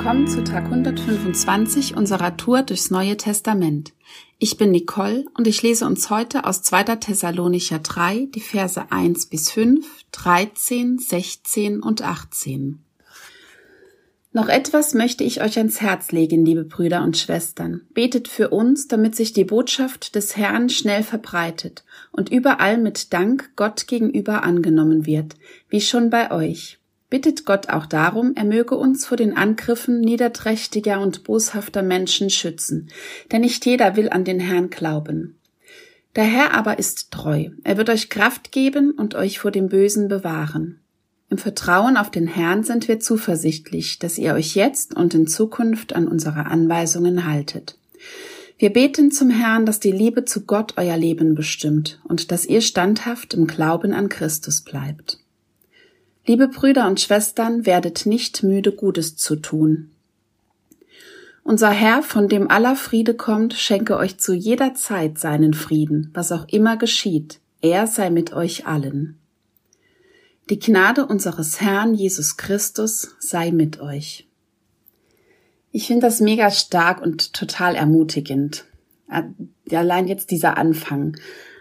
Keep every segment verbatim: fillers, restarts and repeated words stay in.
willkommen zu Tag hundertfünfundzwanzig unserer Tour durchs Neue Testament. Ich bin Nicole und ich lese uns heute aus zweiter Thessalonicher drei die Verse eins bis fünf, dreizehn, sechzehn und achtzehn. Noch etwas möchte ich euch ans Herz legen, liebe Brüder und Schwestern. Betet für uns, damit sich die Botschaft des Herrn schnell verbreitet und überall mit Dank Gott gegenüber angenommen wird, wie schon bei euch. Bittet Gott auch darum, er möge uns vor den Angriffen niederträchtiger und boshafter Menschen schützen, denn nicht jeder will an den Herrn glauben. Der Herr aber ist treu, er wird euch Kraft geben und euch vor dem Bösen bewahren. Im Vertrauen auf den Herrn sind wir zuversichtlich, dass ihr euch jetzt und in Zukunft an unsere Anweisungen haltet. Wir beten zum Herrn, dass die Liebe zu Gott euer Leben bestimmt und dass ihr standhaft im Glauben an Christus bleibt. Liebe Brüder und Schwestern, werdet nicht müde, Gutes zu tun. Unser Herr, von dem aller Friede kommt, schenke euch zu jeder Zeit seinen Frieden, was auch immer geschieht. Er sei mit euch allen. Die Gnade unseres Herrn Jesus Christus sei mit euch. Ich finde das mega stark und total ermutigend. Allein jetzt dieser Anfang.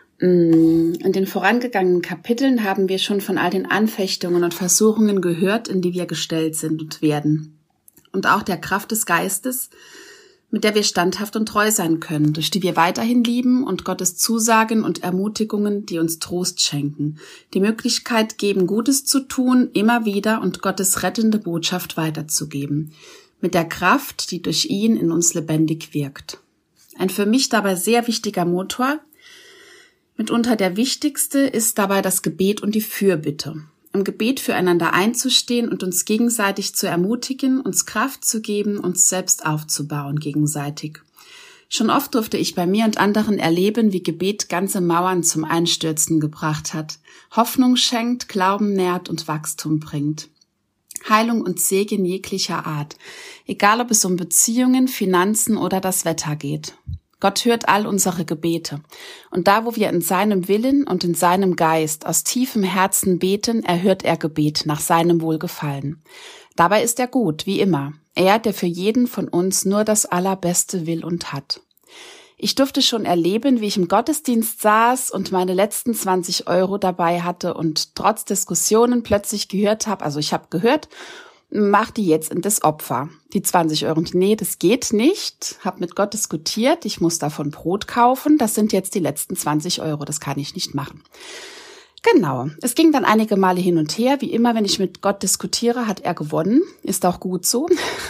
In den vorangegangenen Kapiteln haben wir schon von all den Anfechtungen und Versuchungen gehört, in die wir gestellt sind und werden. Und auch der Kraft des Geistes, mit der wir standhaft und treu sein können, durch die wir weiterhin lieben und Gottes Zusagen und Ermutigungen, die uns Trost schenken, die Möglichkeit geben, Gutes zu tun, immer wieder und Gottes rettende Botschaft weiterzugeben, mit der Kraft, die durch ihn in uns lebendig wirkt. Ein für mich dabei sehr wichtiger Motor, mitunter der wichtigste, ist dabei das Gebet und die Fürbitte. Im Gebet füreinander einzustehen und uns gegenseitig zu ermutigen, uns Kraft zu geben, uns selbst aufzubauen gegenseitig. Schon oft durfte ich bei mir und anderen erleben, wie Gebet ganze Mauern zum Einstürzen gebracht hat, Hoffnung schenkt, Glauben nährt und Wachstum bringt. Heilung und Segen jeglicher Art, egal ob es um Beziehungen, Finanzen oder das Wetter geht. Gott hört all unsere Gebete. Und da, wo wir in seinem Willen und in seinem Geist aus tiefem Herzen beten, erhört er Gebet nach seinem Wohlgefallen. Dabei ist er gut, wie immer. Er, der für jeden von uns nur das Allerbeste will und hat. Ich durfte schon erleben, wie ich im Gottesdienst saß und meine letzten zwanzig Euro dabei hatte und trotz Diskussionen plötzlich gehört habe, also ich habe gehört, mach die jetzt in das Opfer. Die zwanzig Euro. Nee, das geht nicht. Hab mit Gott diskutiert. Ich muss davon Brot kaufen. Das sind jetzt die letzten zwanzig Euro. Das kann ich nicht machen. Genau. Es ging dann einige Male hin und her. Wie immer, wenn ich mit Gott diskutiere, hat er gewonnen. Ist auch gut so.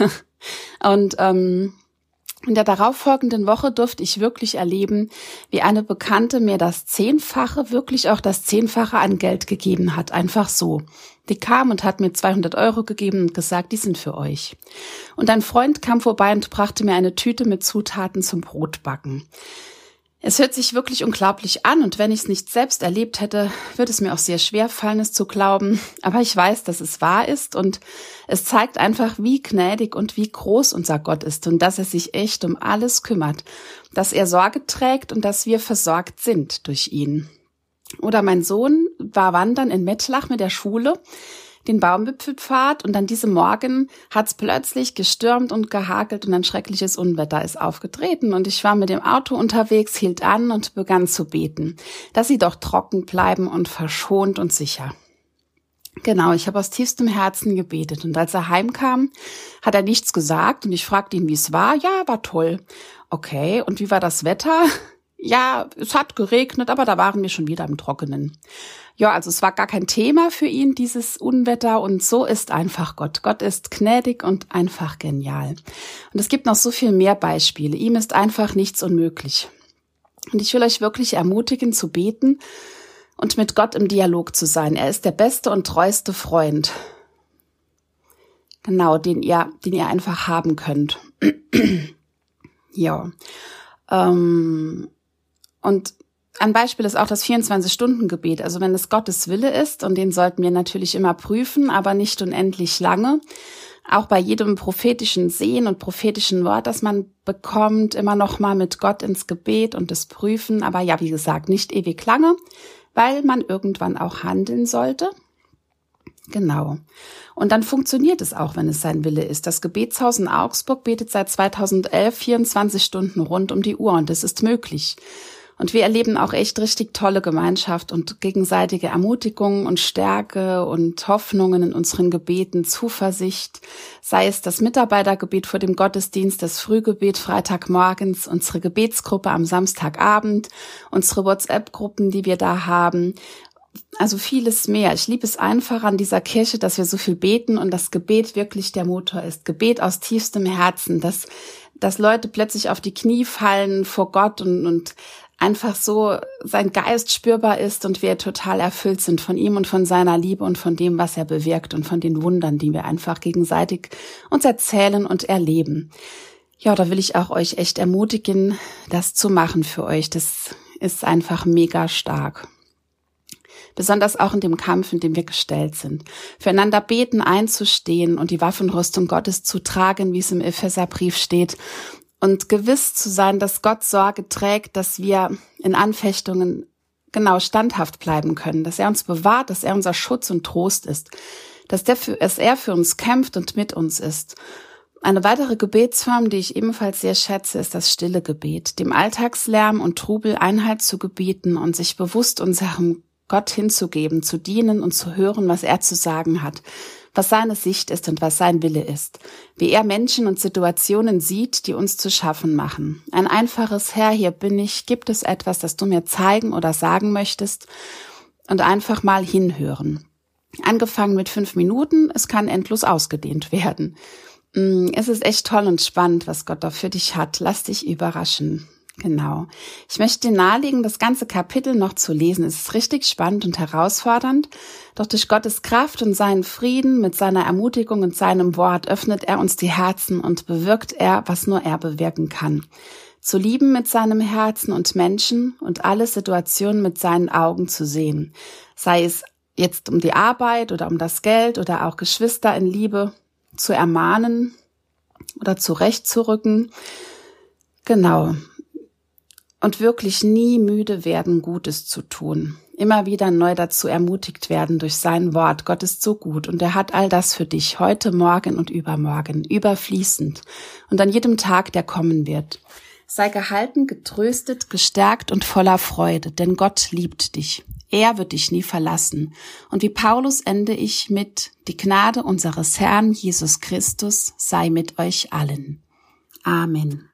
Und ähm, in der darauffolgenden Woche durfte ich wirklich erleben, wie eine Bekannte mir das Zehnfache, wirklich auch das Zehnfache an Geld gegeben hat. Einfach so. Die kam und hat mir zweihundert Euro gegeben und gesagt, die sind für euch. Und ein Freund kam vorbei und brachte mir eine Tüte mit Zutaten zum Brotbacken. Es hört sich wirklich unglaublich an und wenn ich es nicht selbst erlebt hätte, würde es mir auch sehr schwer fallen, es zu glauben. Aber ich weiß, dass es wahr ist und es zeigt einfach, wie gnädig und wie groß unser Gott ist und dass er sich echt um alles kümmert, dass er Sorge trägt und dass wir versorgt sind durch ihn. Oder mein Sohn war wandern in Mettlach mit der Schule, den Baumwipfelpfad, und an diesem Morgen hat's plötzlich gestürmt und gehagelt und ein schreckliches Unwetter ist aufgetreten und ich war mit dem Auto unterwegs, hielt an und begann zu beten, dass sie doch trocken bleiben und verschont und sicher. Genau, ich habe aus tiefstem Herzen gebetet und als er heimkam, hat er nichts gesagt und ich fragte ihn, wie es war. Ja, war toll. Okay, und wie war das Wetter? Ja, es hat geregnet, aber da waren wir schon wieder im Trockenen. Ja, also es war gar kein Thema für ihn, dieses Unwetter, und so ist einfach Gott. Gott ist gnädig und einfach genial. Und es gibt noch so viel mehr Beispiele. Ihm ist einfach nichts unmöglich. Und ich will euch wirklich ermutigen, zu beten und mit Gott im Dialog zu sein. Er ist der beste und treueste Freund. Genau, den ihr, den ihr einfach haben könnt. Ja. Ähm, Und ein Beispiel ist auch das vierundzwanzig-Stunden-Gebet. Also wenn es Gottes Wille ist, und den sollten wir natürlich immer prüfen, aber nicht unendlich lange. Auch bei jedem prophetischen Sehen und prophetischen Wort, das man bekommt, immer noch mal mit Gott ins Gebet und das Prüfen. Aber ja, wie gesagt, nicht ewig lange, weil man irgendwann auch handeln sollte. Genau. Und dann funktioniert es auch, wenn es sein Wille ist. Das Gebetshaus in Augsburg betet seit zweitausendelf vierundzwanzig Stunden rund um die Uhr und das ist möglich. Und wir erleben auch echt richtig tolle Gemeinschaft und gegenseitige Ermutigung und Stärke und Hoffnungen in unseren Gebeten, Zuversicht, sei es das Mitarbeitergebet vor dem Gottesdienst, das Frühgebet Freitagmorgens, unsere Gebetsgruppe am Samstagabend, unsere WhatsApp-Gruppen, die wir da haben. Also vieles mehr. Ich liebe es einfach an dieser Kirche, dass wir so viel beten und das Gebet wirklich der Motor ist. Gebet aus tiefstem Herzen, dass, dass Leute plötzlich auf die Knie fallen vor Gott und, und einfach so sein Geist spürbar ist und wir total erfüllt sind von ihm und von seiner Liebe und von dem, was er bewirkt und von den Wundern, die wir einfach gegenseitig uns erzählen und erleben. Ja, da will ich auch euch echt ermutigen, das zu machen für euch. Das ist einfach mega stark. Besonders auch in dem Kampf, in dem wir gestellt sind. Füreinander beten, einzustehen und die Waffenrüstung Gottes zu tragen, wie es im Epheserbrief steht. Und gewiss zu sein, dass Gott Sorge trägt, dass wir in Anfechtungen genau standhaft bleiben können, dass er uns bewahrt, dass er unser Schutz und Trost ist, dass, der für, dass er für uns kämpft und mit uns ist. Eine weitere Gebetsform, die ich ebenfalls sehr schätze, ist das stille Gebet, dem Alltagslärm und Trubel Einhalt zu gebieten und sich bewusst unserem Gott hinzugeben, zu dienen und zu hören, was er zu sagen hat, was seine Sicht ist und was sein Wille ist, wie er Menschen und Situationen sieht, die uns zu schaffen machen. Ein einfaches Herr, hier bin ich, gibt es etwas, das du mir zeigen oder sagen möchtest und einfach mal hinhören. Angefangen mit fünf Minuten, es kann endlos ausgedehnt werden. Es ist echt toll und spannend, was Gott da für dich hat. Lass dich überraschen. Genau. Ich möchte dir nahelegen, das ganze Kapitel noch zu lesen. Es ist richtig spannend und herausfordernd. Doch durch Gottes Kraft und seinen Frieden mit seiner Ermutigung und seinem Wort öffnet er uns die Herzen und bewirkt er, was nur er bewirken kann. Zu lieben mit seinem Herzen und Menschen und alle Situationen mit seinen Augen zu sehen. Sei es jetzt um die Arbeit oder um das Geld oder auch Geschwister in Liebe zu ermahnen oder zurechtzurücken. Genau. Und wirklich nie müde werden, Gutes zu tun. Immer wieder neu dazu ermutigt werden durch sein Wort. Gott ist so gut und er hat all das für dich, heute, morgen und übermorgen, überfließend und an jedem Tag, der kommen wird. Sei gehalten, getröstet, gestärkt und voller Freude, denn Gott liebt dich. Er wird dich nie verlassen. Und wie Paulus ende ich mit: Die Gnade unseres Herrn Jesus Christus sei mit euch allen. Amen.